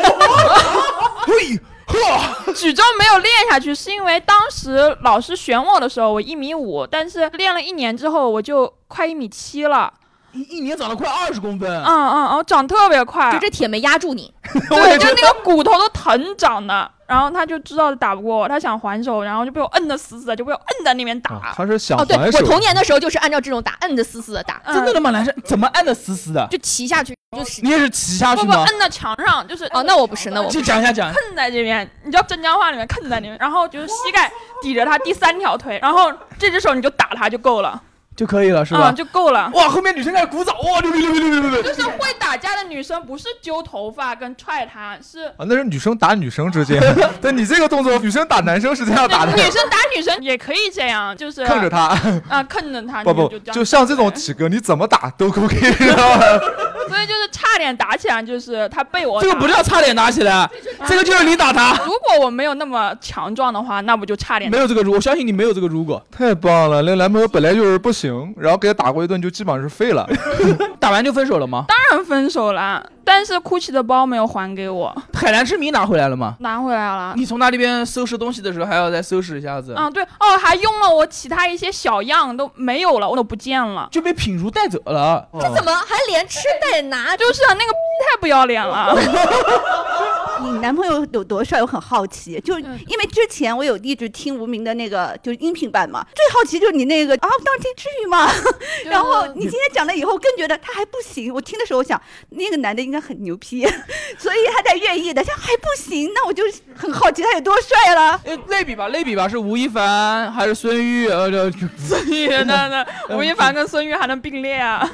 举重没有练下去，是因为当时老师选我的时候我一米五，但是练了一年之后我就快一米七了。 一一年长了快二十公分， 嗯嗯嗯，长特别快， 就这铁没压住你， 对，就那个骨头都疼长的。然后他就知道打不过我，他想还手，然后就被我摁得死死的，就被我摁在那边打。 哦、他是想还手。哦，对，我童年的时候就是按照这种打，摁得死死的打。 嗯、真的那么难受？怎么按得死死的？ 就骑下去，就是你也是骑下去吗？ 不不，摁到墙上，就是哦，那我不是，那我就讲一下讲。 坑在这边，你知道镇江话里面坑在那边，然后就是膝盖抵着他第三条腿，然后这只手你就打他就够了。 就可以了是吧？ 嗯，就够了。 哇，后面女生开始鼓掌，哇，牛逼牛逼牛逼牛逼！ 就是会打架的女生，不是揪头发跟踹他，是啊，那是女生打女生之间。但你这个动作，女生打男生是这样打的。 女生打女生也可以这样，就是坑着他啊，坑着他。 不不，就, 就像这种体格，你怎么打都可以，知道吗？ 所以就是差点打起来，就是他被我打。 这个不叫差点打起来，这个就是你打他。 如果我没有那么强壮的话，那不就差点打。 没有这个如果，我相信你没有这个如果。 太棒了，那男朋友本来就是不行，然后给他打过一顿，就基本上是废了。 打完就分手了吗？ 当然分手了，但是 GUCCI 的包没有还给我。 海蓝之谜拿回来了吗？ 拿回来了。 你从他那边收拾东西的时候，还要再收拾一下子。 嗯，对哦，还用了我其他一些小样都没有了，我都不见了， 就被品如带走了。 这怎么还连吃带拿？ 就是啊，那个太不要脸了。 你男朋友有多帅？我很好奇，就因为之前我有一直听无名的那个就是音频版嘛，最好奇就是你那个啊，当天至于吗？然后你今天讲了以后，更觉得他还不行。我听的时候想，那个男的应该很牛批，所以他才愿意的。像还不行，那我就很好奇他有多帅了。 呃，类比吧，类比吧，是吴亦凡还是孙玉？呃， 孙玉那那吴亦凡跟孙玉还能并列啊？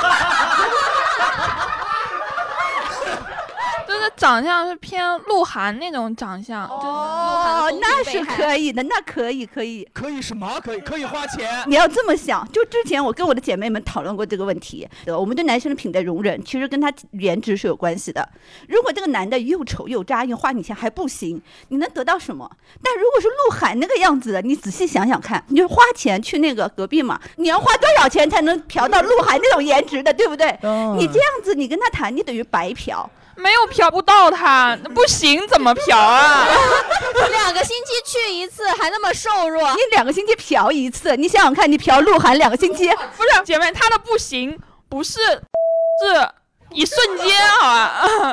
就是长相是偏鹿晗那种长相， 哦，那是可以的，那可以可以可以什么？可以可以花钱？ 你要这么想，就之前我跟我的姐妹们讨论过这个问题，对吧？我们对男生的品的容忍，其实跟他颜值是有关系的。如果这个男的又丑又渣，又花你钱还不行，你能得到什么？但如果是鹿晗那个样子的，你仔细想想看，你就花钱去那个隔壁嘛，你要花多少钱才能嫖到鹿晗那种颜值的，对不对？嗯、你这样子，你跟他谈，你等于白嫖。 没有嫖不到他，不行怎么嫖啊？ 两个星期去一次还那么瘦弱， 你两个星期嫖一次，你想想看，你嫖鹿晗两个星期， 不是姐妹，他的不行不是是一瞬间好吧？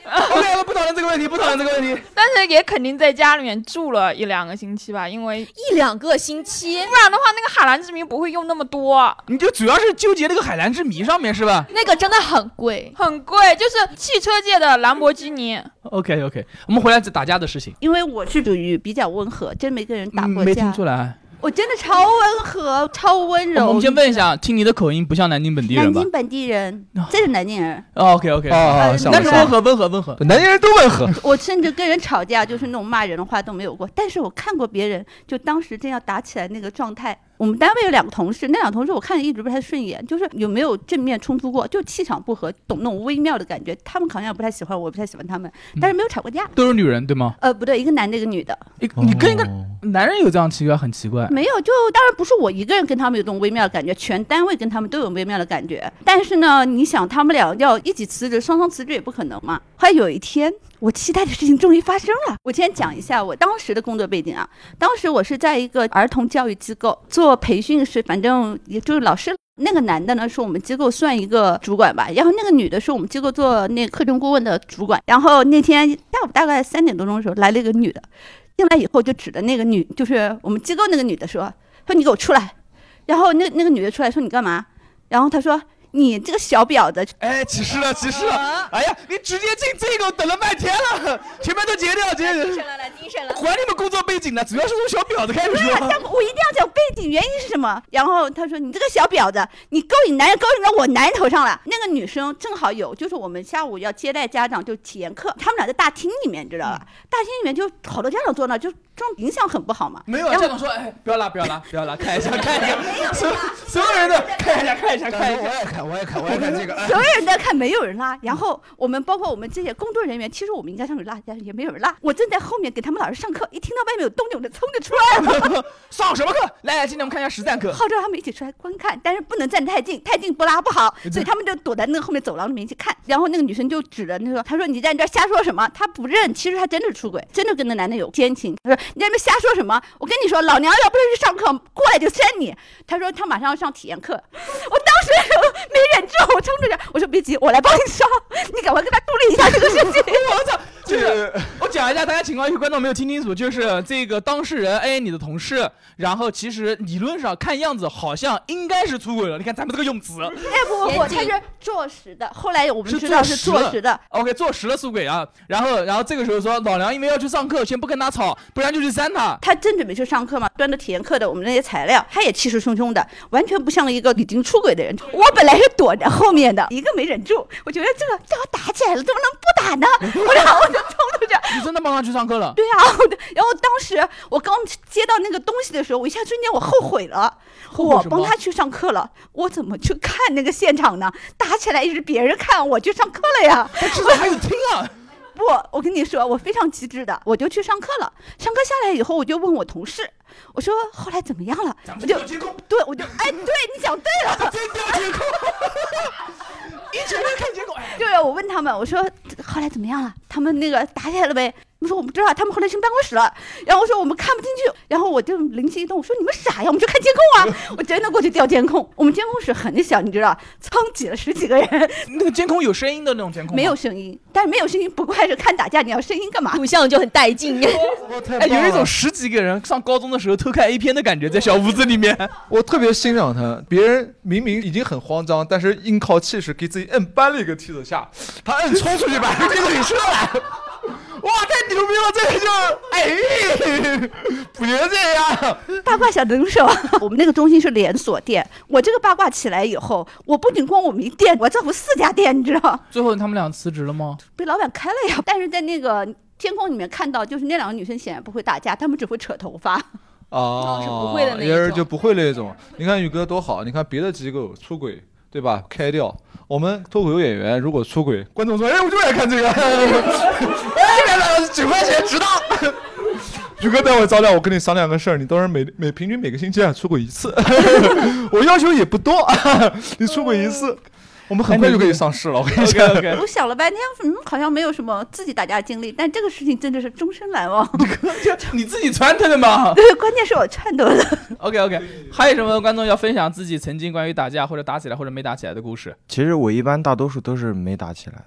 OK， 不讨论这个问题，不讨论这个问题。 但是也肯定在家里面住了一两个星期吧，因为一两个星期， 不然的话，那个海蓝之谜不会用那么多。 你就主要是纠结那个海蓝之谜上面是吧？ 那个真的很贵， 很贵，就是汽车界的兰博基尼。 OK OK， 我们回来打架的事情。 因为我是属于比较温和，真没跟人打过架。 没听出来。 我真的超温和，超温柔。 我们先问一下，听你的口音不像南京本地人吧？ 南京本地人，这是南京人。 哦 OK OK， 哦， 但是温和温和温和， 南京人都温和。 我甚至跟人吵架，就是那种骂人的话都没有过。但是我看过别人，就当时正要打起来那个状态。我们单位有两个同事，那两个同事我看着一直不太顺眼，就是有没有正面冲突过，就气场不合，懂那种微妙的感觉。他们好像不太喜欢我，我不太喜欢他们，但是没有吵过架。 都是女人对吗？ 呃，不对，一个男的，一个女的。 你跟一个男人有这样奇怪，很奇怪。 没有，就当然不是我一个人跟他们有这种微妙的感觉，全单位跟他们都有微妙的感觉。但是呢，你想他们俩要一起辞职，双双辞职也不可能嘛。后来有一天，我期待的事情终于发生了。我先讲一下我当时的工作背景啊，当时我是在一个儿童教育机构做培训师，反正也就是老师。那个男的呢是我们机构算一个主管吧，然后那个女的是我们机构做那个课程顾问的主管。然后那天下午大概三点多钟的时候来了一个女的，进来以后就指着那个女，就是我们机构那个女的说说你给我出来。然后那那个女的出来说你干嘛？然后她说你这个小婊子！ 哎，歧视了，歧视了！哎呀，你直接进这个，等了半天了，前面都截掉，截掉。 精神了，来精神了。 管你们工作背景呢，主要是从小婊子开始说。 对啊，但我一定要讲背景，原因是什么？然后他说：“你这个小婊子，你勾引男人，勾引到我男人头上了。”那个女生正好有，就是我们下午要接待家长，就体验课，他们俩在大厅里面，知道吧？嗯、大厅里面就好多家长坐那，就这种影响很不好嘛。 没有，家长说：“哎，不要拉，不要拉，不要拉，看一下，看一下。”所所有人都看一下，看一下，看一下。 我也看，我也看，我也看这个。 所有人在看，没有人拉。然后我们包括我们这些工作人员，其实我们应该上去拉，但是也没有人拉。我正在后面给他们老师上课，一听到外面有动静，我就冲着出来了。 上什么课？来来，今天我们看一下实战课。 号召他们一起出来观看，但是不能站太近，太近不拉不好，所以他们就躲在那个后面走廊里面去看。然后那个女生就指着那个，她说：“你在这瞎说什么？”她不认，其实她真的出轨，真的跟那男的有奸情。她说：“你在那瞎说什么？我跟你说，老娘要不是去上课，过来就扇你。”她说：“她马上要上体验课。”我当时没忍住，我冲出去，我说：“别急，我来帮你上，你赶快跟他处理一下这个事情。” 我操！就是我讲一下大家情况，有些观众没有听清楚，就是这个当事人 A 你的同事，然后其实理论上看样子好像应该是出轨了。你看咱们这个用词， 哎不不不，他是坐实的。后来我们知道是坐实的。 OK， 坐实了出轨啊。然后然后这个时候说老娘因为要去上课，先不跟他吵，不然就去扇他。 他正准备去上课嘛，端着体验课的我们那些材料，他也气势汹汹的，完全不像一个已经出轨的人。我本来是躲在后面的，一个没忍住，我觉得这个这要打起来了，怎么能不打呢？我然后我就冲出去。 你真的帮他去上课了？ 对啊，然后当时我刚接到那个东西的时候，我一下瞬间我后悔了，我帮他去上课了，我怎么去看那个现场呢？打起来是别人看，我去上课了呀。 他至少还有听啊。 不，我跟你说，我非常机智的，我就去上课了。上课下来以后，我就问我同事，我说后来怎么样了？我就对，我就哎，对你讲对了， 真的监控，一直在看监控。 对，我问他们，我说后来怎么样了？他们那个打起来了呗？他们说我不知道，他们后来进办公室了。然后我说我们看不进去，然后我就灵机一动，我说你们傻呀，我们去看监控啊！我真的过去调监控。我们监控室很小，你知道，仓挤了十几个人。 那个监控有声音的那种监控？ 没有声音，但是没有声音不怪是看打架，你要声音干嘛？ 图像就很带劲。 哎，有一种十几个人上高中的时候偷看 A 片的感觉，在小屋子里面。 我特别欣赏他，别人明明已经很慌张，但是硬靠气势给自己摁搬了一个梯子下，他摁冲出去把这个给射来。哇，太牛逼了！这个就哎，不能这样。 八卦小能手，我们那个中心是连锁店。我这个八卦起来以后，我不仅光我们一店，我造福四家店，你知道？ 最后他们俩辞职了吗？ 被老板开了呀。但是在那个监控里面看到，就是那两个女生显然不会打架，她们只会扯头发。 哦， 是不会的那一种。 人就不会那种。你看宇哥多好，你看别的机构出轨，对吧？开掉。我们脱口秀演员如果出轨，观众说：“哎，我就爱看这个。”哎，九块钱值当。宇哥待会早点，我跟你商量个事儿，你到时候每每平均每个星期啊出轨一次，我要求也不多，你出轨一次。我们很快就可以上市了，我跟你讲。 Okay, okay. 我想了半天，嗯，好像没有什么自己打架的经历，但这个事情真的是终身难忘。 你自己穿的吗？ 对，关键是我穿的。 OK OK， 还有什么观众要分享自己曾经关于打架或者打起来或者没打起来的故事？ 其实我一般大多数都是没打起来的，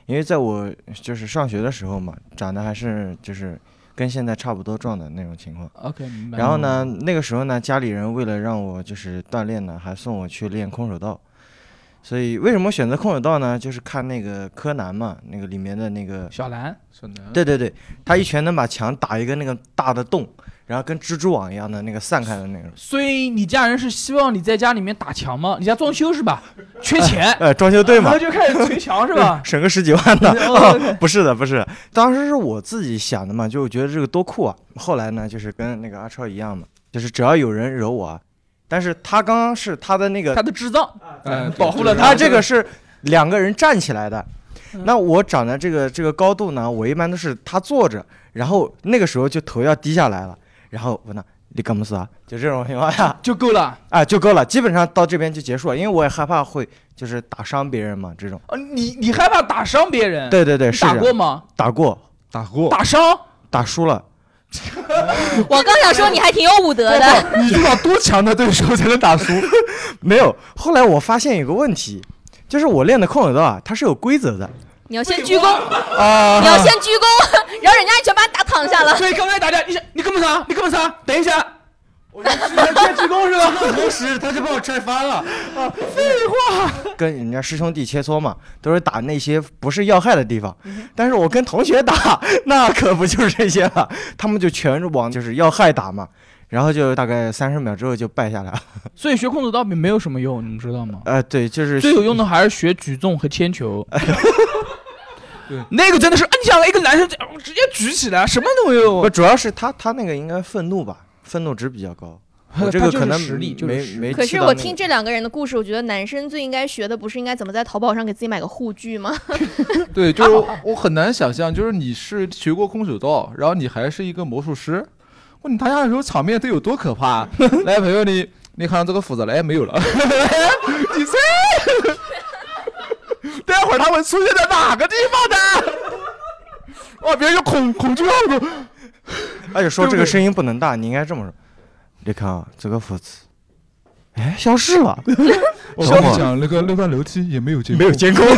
因为在我就是上学的时候嘛，长得还是就是跟现在差不多壮的那种情况。 OK， 明白。 然后呢，那个时候呢，家里人为了让我就是锻炼呢，还送我去练空手道。所以为什么选择空手道呢？就是看那个柯南嘛，那个里面的那个小兰， 小兰， 对对对，他一拳能把墙打一个那个大的洞，然后跟蜘蛛网一样的那个散开的那种。 所以你家人是希望你在家里面打墙吗？你家装修是吧？缺钱， 呃，装修队嘛， 然后就开始捶墙是吧？ 省个十几万的、哦，不是的，不是，当时是我自己想的嘛，就觉得这个多酷啊。后来呢，就是跟那个阿超一样嘛，就是只要有人惹我。但是他刚刚是他的那个他的智障， 嗯， 保护了他。他这个是两个人站起来的，那我长的这个这个高度呢，我一般都是他坐着，然后那个时候就头要低下来了，然后我呢，你干么事啊？就这种情况下就够了啊，就够了，基本上到这边就结束了，因为我也害怕会就是打伤别人嘛，这种。 哦，你你害怕打伤别人？ 对对对，是打过吗？ 打过， 打过， 打伤， 打输了。 我刚想说你还挺有武德的， 你遇到多强的对手才能打输？ 没有，后来我发现有个问题，就是我练的空手道啊，它是有规则的。 你要先鞠躬啊！你要先鞠躬，然后人家一拳把你打躺下了。 所以刚才打架，你你干嘛啥？你干嘛啥？等一下。我就直接鞠躬是吧？ 同时他就把我踹翻了。 啊，废话， 跟人家师兄弟切磋嘛，都是打那些不是要害的地方。嗯、但是我跟同学打，那可不就是这些了，他们就全往就是要害打嘛，然后就大概三十秒之后就败下来了。 所以学空手道没有什么用，你们知道吗？ 呃，对，就是最有用的还是学举重和铅球。对，那个真的是，你想一个男生这样直接举起来，什么都没有。 不，主要是他他那个应该愤怒吧。愤怒值比较高，我这个可能实力没没。 可是我听这两个人的故事，我觉得男生最应该学的不是应该怎么在淘宝上给自己买个护具吗？ 对，就是我很难想象，就是你是学过空手道，然后你还是一个魔术师，哇，你打架的时候场面得有多可怕？来，朋友，你你看这个斧子了，哎，没有了，你猜？待会儿他会出现在哪个地方的？哇，别人就恐恐惧了都。 而且说这个声音不能大，你应该这么说。你看啊，这个斧子，哎，消失了。 我跟你讲，那个那段楼梯也没有监控， 没有监控，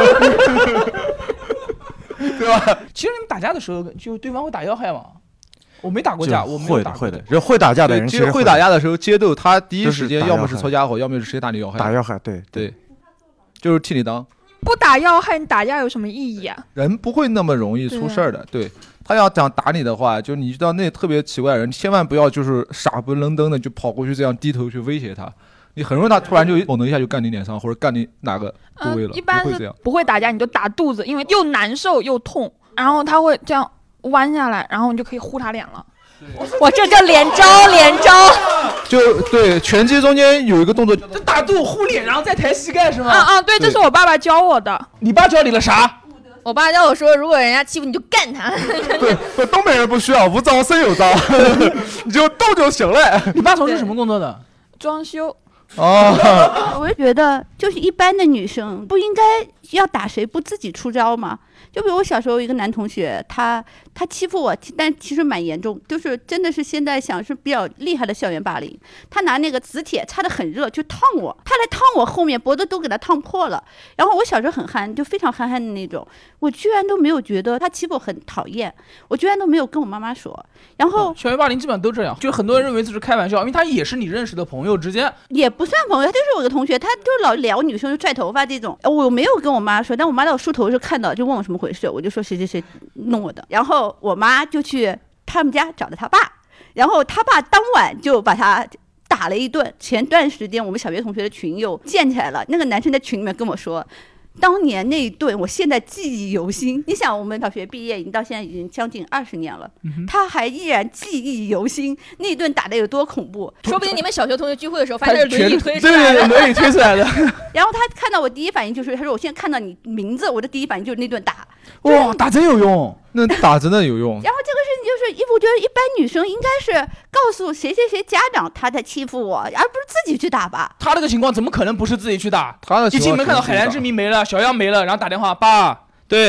对吧？其实你们打架的时候，就对方会打要害吗？我没打过架，我没有打过。 会的，就会打架的人其实会打架的时候接斗，他第一时间要么是搓家伙，要么是直接打你要害。 打要害，对对，就是替你当。 不打要害，你打架有什么意义啊？ 人不会那么容易出事儿的，对,、啊、对。他要想打你的话，就你遇到那特别奇怪的人，千万不要就是傻不愣登的就跑过去这样低头去威胁他，你很容易他突然就猛的一下就干你脸上或者干你哪个部位了。 嗯、一般是不会打架，你就打肚子，因为又难受又痛，然后他会这样弯下来，然后你就可以呼他脸了。 我这叫连招，连招。 就对，拳击中间有一个动作， 就打肚呼脸，然后再抬膝盖是吗？ 啊啊，对，这是我爸爸教我的。 你爸教你了啥？ 我爸教我说，如果人家欺负你就干他。 对，东北人不需要无招胜有招，你就斗就行了。 你爸从事什么工作的？ 装修。 哦，我就觉得就是一般的女生不应该要打谁不自己出招吗？就比如我小时候一个男同学，他他欺负我，但其实蛮严重，就是真的是现在想是比较厉害的校园霸凌。他拿那个磁铁擦得很热就烫我，他来烫我后面脖子都给他烫破了。然后我小时候很憨，就非常憨憨的那种，我居然都没有觉得他欺负我很讨厌，我居然都没有跟我妈妈说。然后、 嗯、校园霸凌基本上都这样，就很多人认为这是开玩笑，因为他也是你认识的朋友之间， 也不算朋友，他就是我的同学，他就老聊女生就拽头发这种。我没有跟我妈说，但我妈在我梳头的时候看到，就问我什么回事，我就说谁谁谁弄我的。然后我妈就去他们家找的他爸，然后他爸当晚就把他打了一顿。前段时间我们小学同学的群又建起来了，那个男生在群里面跟我说，当年那一顿我现在记忆犹新。你想我们小学毕业已经到现在已经将近二十年了、嗯、他还依然记忆犹新，那一顿打得有多恐怖。 说不定你们小学同学聚会的时候发现是轮椅推出来的， 对，轮椅推出来的。 然后他看到我第一反应就是，他说我现在看到你名字，我的第一反应就是那顿打。 哇，打真有用， 那打真的有用。 然后这个事情就是，我觉得一般女生应该是告诉谁谁谁家长他在欺负我，而不是自己去打吧。 他那个情况怎么可能不是自己去打？ 他的一进门看到海蓝之谜没了，小样没了，然后打电话，爸，对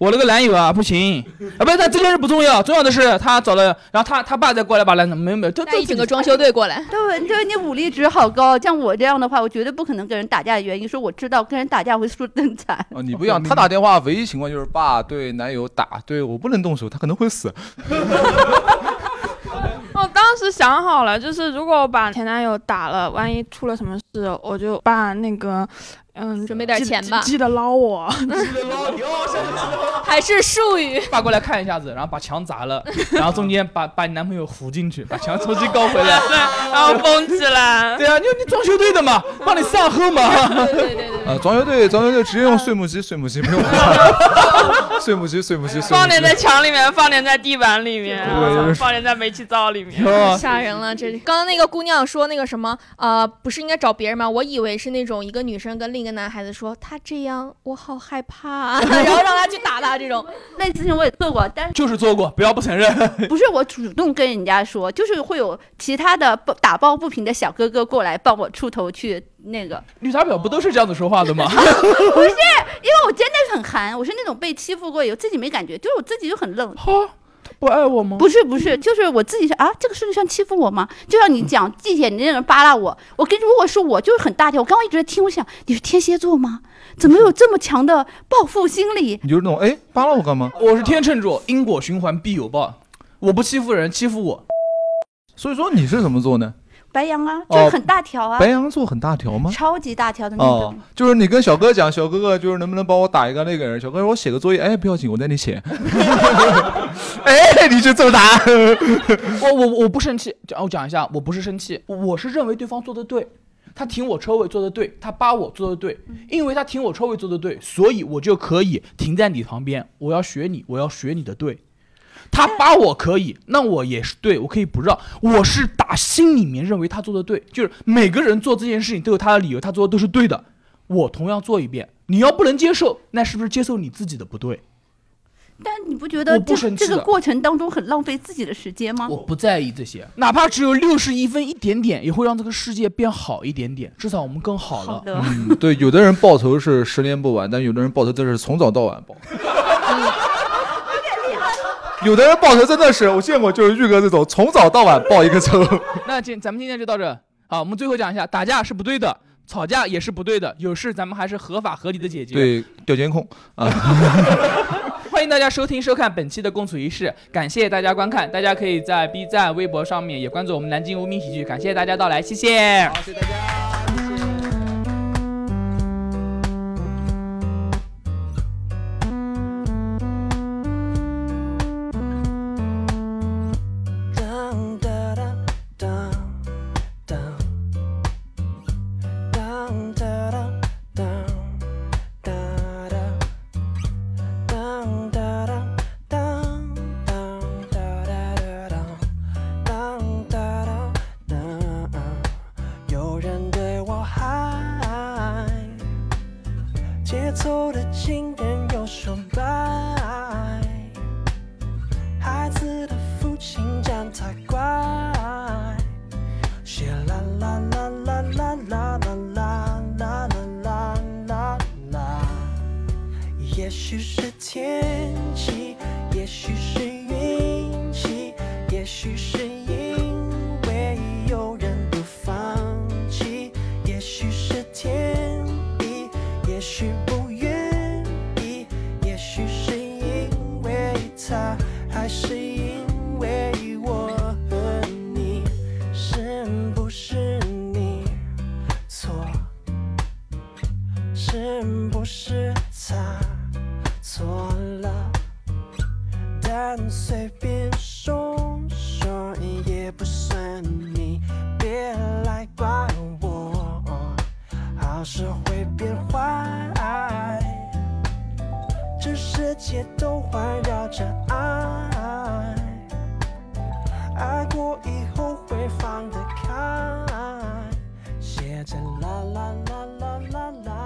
我那个男友啊不行啊，不是，但这件事不重要，重要的是他找了，然后他他爸再过来把男没有没有，这这一整个装修队过来， 对对，你武力值好高，像我这样的话，我绝对不可能跟人打架的原因，说我知道跟人打架会输更惨。 哦，你不一样，他打电话唯一情况就是爸对男友打，对我不能动手，他可能会死。 我当时想好了，就是如果我把前男友打了，万一出了什么事，我就把那个，嗯， 准备点钱吧， 记得捞我， 记得捞你哦， 还是术语。 爸过来看一下子，然后把墙砸了，然后中间把把你男朋友扶进去，把墙重新高回来， 对，然后封起来。 对啊，你你装修队的嘛，帮你善后嘛。 对对对对。 呃，装修队，装修队直接用碎木机，碎木机不用。碎木机，碎木机， 放点在墙里面，放点在地板里面， 对， 放点在煤气灶里面。 吓人了，这刚刚那个姑娘说那个什么，呃，不是应该找别人吗？我以为是那种一个女生跟另一个男孩子说他这样，我好害怕、啊，然后让他去打他这种。 类似事情我也做过，但是就是做过，不要不承认。 不是我主动跟人家说，就是会有其他的打抱不平的小哥哥过来帮我出头去那个。 绿茶婊不都是这样子说话的吗？ 不是，因为我真的很寒，我是那种被欺负过，有自己没感觉，就是我自己就很愣。 哈，他不爱我吗？ 不是不是，就是我自己是啊，这个世界上欺负我吗？就像你讲地铁，你那人扒拉我，我跟如果是我就是很大条，我刚刚一直在听，我想你是天蝎座吗？怎么有这么强的报复心理？ 你就是那种哎，扒拉我干嘛？ 我是天秤座，因果循环必有报，我不欺负人，欺负我。 所以说你是什么座呢？ 白羊啊，就是很大条啊。 白羊座很大条吗？ 超级大条的那种。 哦，就是你跟小哥讲，小哥哥就是能不能帮我打一个那个人？小哥说我写个作业，哎，不要紧，我带你写。哎，你就这么打？ 我我我不生气，我讲一下，我不是生气，我是认为对方做的对。他停我车位做的对，他扒我做的对，因为他停我车位做的对，所以我就可以停在你旁边。我要学你，我要学你的对。他扒我可以，那我也是对，我可以不让。我是打心里面认为他做的对，就是每个人做这件事情都有他的理由，他做的都是对的。我同样做一遍，你要不能接受，那是不是接受你自己的不对？ 但你不觉得这这个过程当中很浪费自己的时间吗？ 我不在意这些，哪怕只有六十一分一点点，也会让这个世界变好一点点，至少我们更好了。 好的嗯，对，有的人报仇是十年不晚，但有的人报仇真是从早到晚报。有的人报仇真的是我见过，就是玉哥这种从早到晚报一个仇。 那今咱们今天就到这。好，我们最后讲一下，打架是不对的，吵架也是不对的，有事咱们还是合法合理的解决。 对，调监控啊。 欢迎大家收听收看本期的共处一室，感谢大家观看，大家可以在 B 站、微博上面也关注我们南京无名喜剧，感谢大家到来，谢谢。好，谢谢大家。 节奏的情人又说拜，孩子的父亲站太乖，谢啦啦啦啦啦啦啦啦啦啦啦啦。也许是天气，也许是运气，也许是因为有人不放弃，也许是天意，也许不愿意，也许是因为他，还是因为我和你，是不是你错？是不是他错了？但随便说说也不算你，别来怪我，好事会变坏，这世界都环绕着爱，爱过以后会放得开，写着啦啦啦啦啦啦。